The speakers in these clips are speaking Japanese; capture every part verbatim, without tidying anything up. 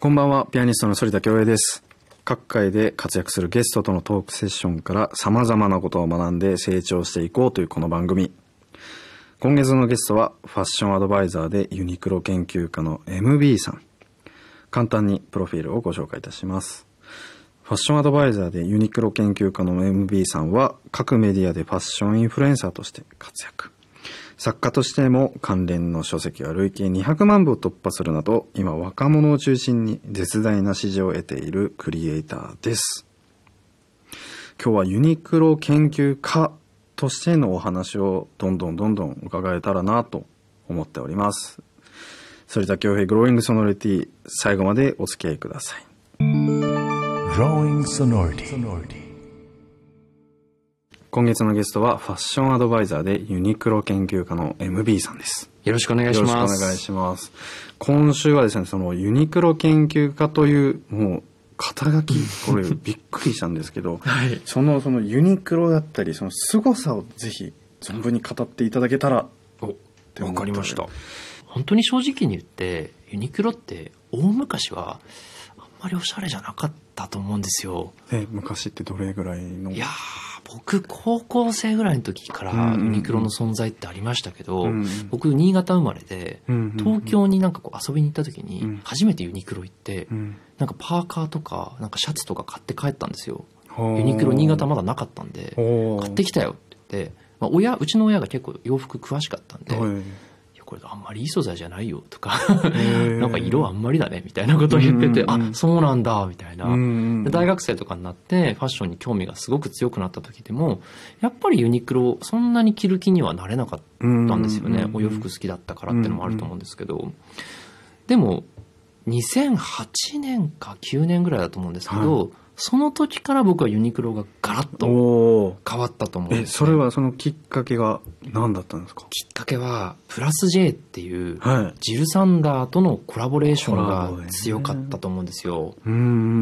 こんばんは、ピアニストの反田恭平です。各界で活躍するゲストとのトークセッションから様々なことを学んで成長していこうというこの番組。今月のゲストはファッションアドバイザーでユニクロ研究家の エムビー さん。簡単にプロフィールをご紹介いたします。ファッションアドバイザーでユニクロ研究家の エムビー さんは各メディアでファッションインフルエンサーとして活躍。作家としても関連の書籍は累計にひゃくまんぶを突破するなど、今若者を中心に絶大な支持を得ているクリエイターです。今日はユニクロ研究家としてのお話をどんどんどんどん伺えたらなと思っております。反田恭平グローイングソノリティ、最後までお付き合いください。Growing Sonority。今月のゲストはファッションアドバイザーでユニクロ研究家の エムビー さんです。 よろしくお願いします。 よろしくお願いします。今週はですね、そのユニクロ研究家というもう肩書き、これびっくりしたんですけど、はい、そのそのユニクロだったりその凄さをぜひ存分に語っていただけたらって思って。 わかりました。本当に正直に言ってユニクロって大昔はあんまりおしゃれじゃなかったと思うんですよ。 え、昔ってどれぐらいの？ いやー、僕高校生ぐらいの時からユニクロの存在ってありましたけど、うんうん、僕新潟生まれで、うんうんうん、東京になんかこう遊びに行った時に初めてユニクロ行って、うん、なんかパーカーとかなんかシャツとか買って帰ったんですよ。ユニクロ新潟まだなかったんで買ってきたよって言って、まあ、親うちの親が結構洋服詳しかったんで、これあんまりいい素材じゃないよとかなんか色あんまりだねみたいなことを言ってて、うんうんうん、あ、そうなんだみたいな、うんうん、で大学生とかになってファッションに興味がすごく強くなった時でもやっぱりユニクロそんなに着る気にはなれなかったんですよね、うんうんうん、お洋服好きだったからってのもあると思うんですけど、うんうん、でもにせんはちねんかきゅうねんぐらいだと思うんですけど、はい、その時から僕はユニクロがガラッと変わったと思うんです、ね、 え、それはそのきっかけが何だったんですか？ きっかけはプラス J っていう、はい、ジル・サンダーとのコラボレーションが強かったと思うんですよ。うん、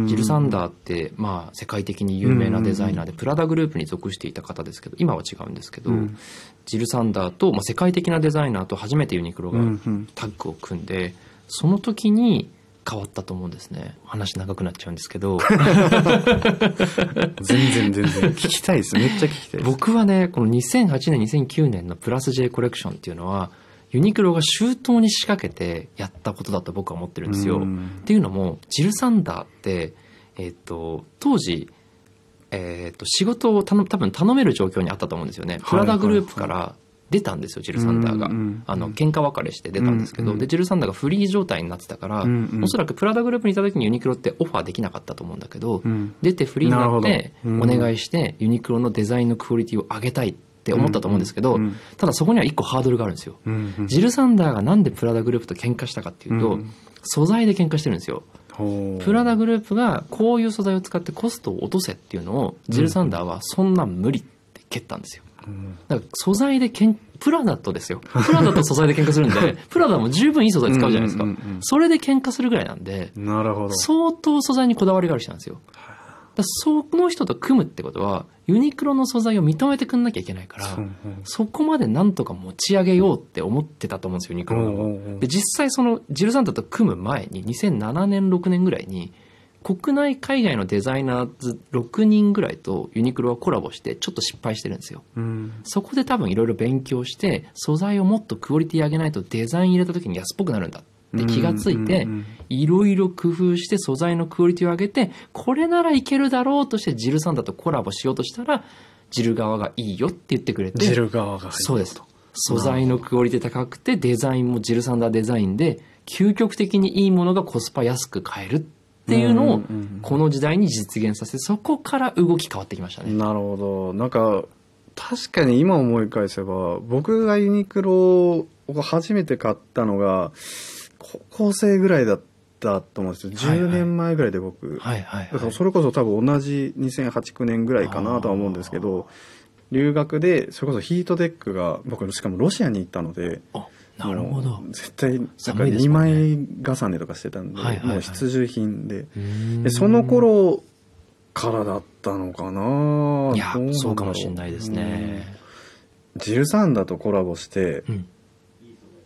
ジル・サンダーって、まあ、世界的に有名なデザイナーでプラダグループに属していた方ですけど、今は違うんですけど、うん、ジル・サンダーと、まあ、世界的なデザイナーと初めてユニクロがタッグを組んで、その時に変わったと思うんですね。話長くなっちゃうんですけど全然全然聞きたいです。めっちゃ聞きたいです。 僕はね、このにせんはちねんにせんきゅうねんのプラス J コレクションっていうのはユニクロが周到に仕掛けてやったことだと僕は思ってるんですよ。っていうのもジル・サンダーって、えー、と当時、えー、と仕事をたの多分頼める状況にあったと思うんですよね。プラダグループから出たんですよ、ジル・サンダーが。うんうんうん、あの喧嘩別れして出たんですけど、うんうん、でジル・サンダーがフリー状態になってたから、うんうん、おそらくプラダグループにいた時にユニクロってオファーできなかったと思うんだけど、うん、出てフリーになってお願いしてユニクロのデザインのクオリティを上げたいって思ったと思うんですけど、うんうん、ただそこには一個ハードルがあるんですよ。うんうん、ジル・サンダーがなんでプラダグループと喧嘩したかっていうと、うん、素材で喧嘩してるんですよ。プラダグループがこういう素材を使ってコストを落とせっていうのをジル・サンダーはそんな無理って蹴ったんですよ。だから素材でけんプラダとですよ。プラダと素材で喧嘩するんでプラダも十分いい素材使うじゃないですか、うんうんうんうん、それで喧嘩するぐらいなんで、なるほど、相当素材にこだわりがある人なんですよ。だからその人と組むってことはユニクロの素材を認めてくんなきゃいけないから、うんうん、そこまでなんとか持ち上げようって思ってたと思うんですよ、ユニクロの、うんうん、で実際そのジル・サンダーと組む前ににせんななねんろくねんぐらいに国内海外のデザイナーズろくにんぐらいとユニクロはコラボしてちょっと失敗してるんですよ、うん、そこで多分いろいろ勉強して素材をもっとクオリティ上げないとデザイン入れた時に安っぽくなるんだって気がついていろいろ工夫して素材のクオリティを上げてこれならいけるだろうとしてジル・サンダーとコラボしようとしたらジル側がいいよって言ってくれて、 ジル側がいい、 そうです、素材のクオリティ高くてデザインもジル・サンダーデザインで究極的にいいものがコスパ安く買えるっていうのをこの時代に実現させ、そこから動き変わってきましたね。 なるほど。なんか確かに今思い返せば僕がユニクロを初めて買ったのが高校生ぐらいだったと思うんですよ。じゅうねんまえぐらいで僕、はいはいはいはい、だからそれこそ多分同じにせんはち、きゅうねんぐらいかなとは思うんですけど、留学でそれこそヒートテックが僕しかもロシアに行ったので、 なるほど、 絶対だからにまい重ねとかしてたんで、はいはいはい、もう必需品 で, でその頃からだったのかな。 いや、そうかもしれないですね。 ジル・サンダーとコラボして、うん、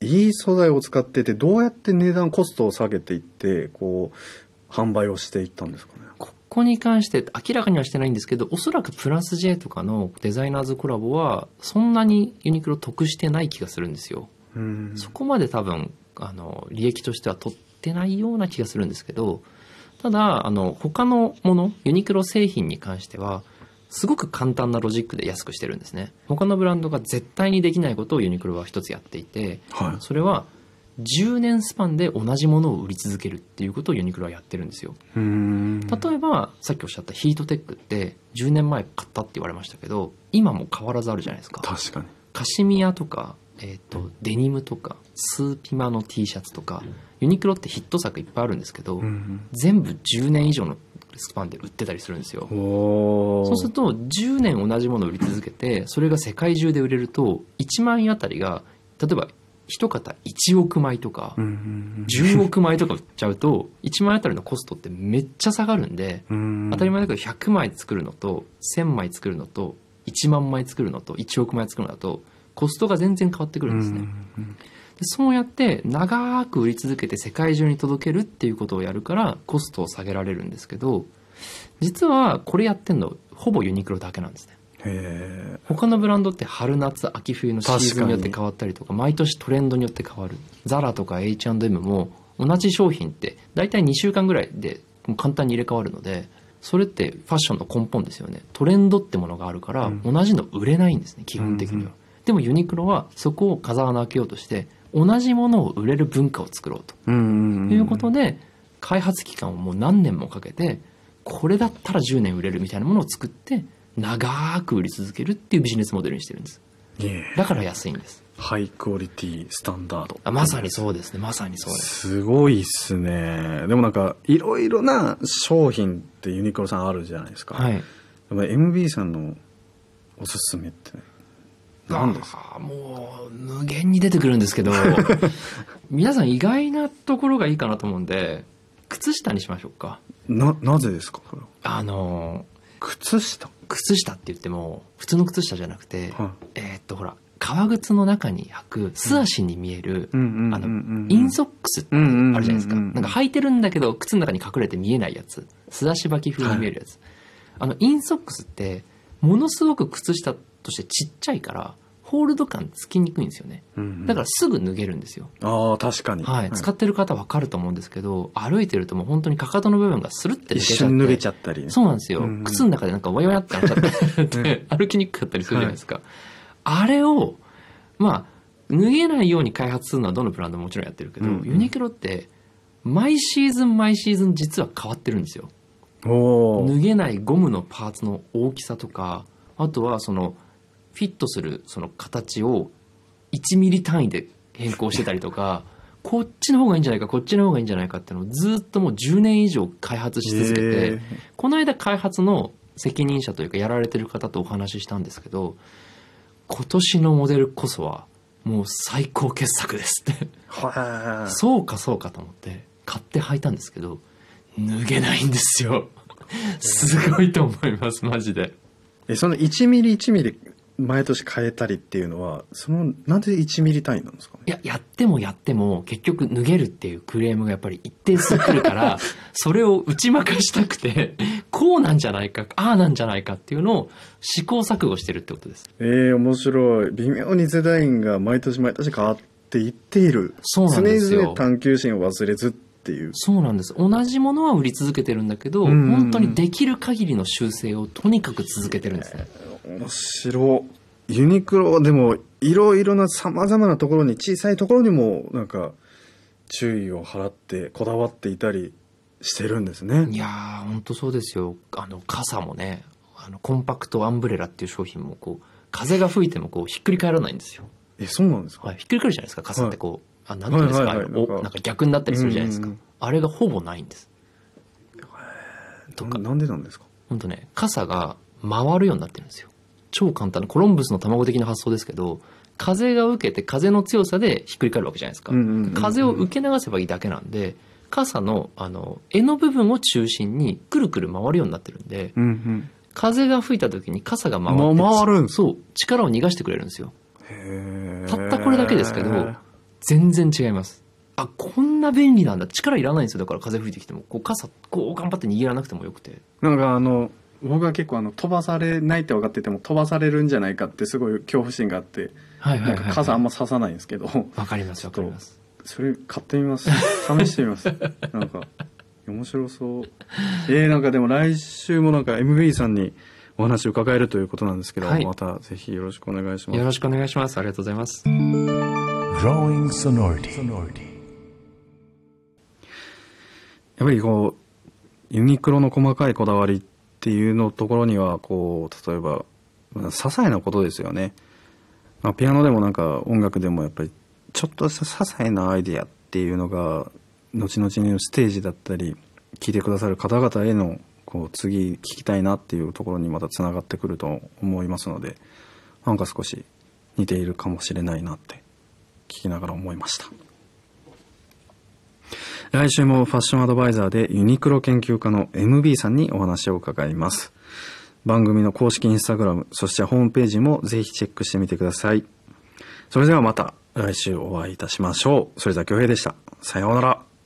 いい素材を使ってて、どうやって値段コストを下げていってこう販売をしていったんですかね。 ここに関して明らかにはしてないんですけど、おそらくプラス J とかのデザイナーズコラボはそんなにユニクロ得してない気がするんですよ。 うん、 そこまで多分あの利益としては取ってないような気がするんですけど、ただあの他のもの、ユニクロ製品に関してはすごく簡単なロジックで安くしてるんですね。他のブランドが絶対にできないことをユニクロは一つやっていて、 はい、 それはじゅうねんスパンで同じものを売り続けるっていうことをユニクロはやってるんですよ。 うーん、 例えばさっきおっしゃったヒートテックってじゅうねんまえ買ったって言われましたけど、今も変わらずあるじゃないですか。 確かに。 カシミヤとか、えーと、デニムとかスーピマの T シャツとか、ユニクロってヒット作いっぱいあるんですけど、 うん、 全部じゅうねん以上のスパンで売ってたりするんですよ。 おー、 そうするとじゅうねん同じものを売り続けて、それが世界中で売れるといちまんえんあたりが例えば一型いちおくまいとかじゅうおくまいとか売っちゃうといちまんえんあたりのコストってめっちゃ下がるんで、当たり前だけどひゃくまい作るのとせんまい作るのといちまんまい作るのといちおくまい作るのだとコストが全然変わってくるんですね。でそうやって長く売り続けて世界中に届けるっていうことをやるからコストを下げられるんですけど、実はこれやってんのほぼユニクロだけなんですね。 へー、 他のブランドって春夏秋冬のシーズンによって変わったりとか、毎年トレンドによって変わる。ザラとか エイチアンドエム も同じ商品って大体にしゅうかんぐらいで簡単に入れ替わるので、それってファッションの根本ですよね。トレンドってものがあるから同じの売れないんですね、基本的には。でもユニクロはそこを風穴開けようとして同じものを売れる文化を作ろうということで、開発期間をもう何年もかけてこれだったらじゅうねん売れるみたいなものを作って長く売り続けるっていうビジネスモデルにしてるんです。だから安いんです。 ハイクオリティスタンダード。 あ、まさにそうですね。まさにそうです。 すごいっすね。でもなんかいろいろな商品ってユニクロさんあるじゃないですか。 はい。 やっぱ エムビー さんのおすすめって何ですか？ もう無限に出てくるんですけど皆さん意外なところがいいかなと思うんで、靴下にしましょうか。 な、なぜですかこれは。 あの靴下靴下って言っても普通の靴下じゃなくて、 はい、 えー、っとほら革靴の中に履く素足に見えるインソックスってあるじゃないですか。なんか履いてるんだけど靴の中に隠れて見えないやつ、素足履き風に見えるやつ、はい、あのインソックスってものすごく靴下としてちっちゃいからホールド感つきにくいんですよね。だからすぐ脱げるんですよ。 ああ、確かに、 はい、はい、使ってる方分かると思うんですけど、歩いてるともう本当にかかとの部分がスルッて抜けちゃって、 一瞬脱げちゃったり、ね、 そうなんですよ、うんうん、靴の中でなんかワイワイってなっちゃって歩きにくかったりするじゃないですか、はい、あれをまあ脱げないように開発するのはどのブランドももちろんやってるけど、うんうん、ユニクロって毎シーズン毎シーズン実は変わってるんですよ。 お脱げないゴムのパーツの大きさとか、あとはそのフィットするその形をいちミリ単位で変更してたりとかこっちの方がいいんじゃないかこっちの方がいいんじゃないかっていうのをずっともうじゅうねん以上開発し続けて、この間開発の責任者というかやられてる方とお話ししたんですけど、今年のモデルこそはもう最高傑作ですってそうかそうかと思って買って履いたんですけど脱げないんですよすごいと思いますマジで。 えそのいちミリいちミリ毎年変えたりっていうのはそのなんでいちミリ単位なんですかね。 いややってもやっても結局脱げるっていうクレームがやっぱり一定数来るからそれを打ち負かしたくてこうなんじゃないかああなんじゃないかっていうのを試行錯誤してるってことです。 えー、面白い。微妙にデザインが毎年毎年変わっていっている。 そうなんですよ。 常々探求心を忘れずっていう。 そうなんです。同じものは売り続けてるんだけど、本当にできる限りの修正をとにかく続けてるんですね。 えー、面白い。ユニクロでもいろいろなさまざまなところに小さいところにもなんか注意を払ってこだわっていたりしてるんですね。 いやー本当そうですよ。あの傘もね、あのコンパクトアンブレラっていう商品もこう風が吹いてもこうひっくり返らないんですよ。 えそうなんですか。 はい、ひっくり返るじゃないですか傘ってこう、はい、あなんていうんですか、はいはいはい、おなんか逆になったりするじゃないですか。あれがほぼないんです。 とか な, なんでなんですか。 本当ね傘が回るようになってるんですよ。超簡単なコロンブスの卵的な発想ですけど、風が受けて風の強さでひっくり返るわけじゃないですか、うんうんうんうん、風を受け流せばいいだけなんで傘 の, あの柄の部分を中心にくるくる回るようになってるんで、うんうん、風が吹いた時に傘が回って回るんそう力を逃がしてくれるんですよ。へたったこれだけですけど全然違います。あ、こんな便利なんだ。力いらないんですよ。だから風吹いてきてもこう傘こう頑張って握らなくてもよくて、 なんかあの僕は結構あの飛ばされないって分かってても飛ばされるんじゃないかってすごい恐怖心があって、 はいはいはいはい、 なんか傘あんま刺さないんですけど、 わかりますわかります。 それ買ってみます。試してみます。なんか面白そう。えー、なんかでも来週もなんか エムビー さんにお話を伺えるということなんですけど、はい、またぜひよろしくお願いします。 よろしくお願いします。ありがとうございます。 Growing Sonority。やっぱりこうユニクロの細かいこだわりっていうのところにはこう例えば些細なことですよね。まあ、ピアノでもなんか音楽でもやっぱりちょっとした些細なアイデアっていうのが後々のステージだったり聴いてくださる方々へのこう次聴きたいなっていうところにまたつながってくると思いますので、なんか少し似ているかもしれないなって聞きながら思いました。来週もファッションアドバイザーでユニクロ研究家の エムビー さんにお話を伺います。番組の公式インスタグラム、そしてホームページもぜひチェックしてみてください。それではまた来週お会いいたしましょう。それでは恭平でした。さようなら。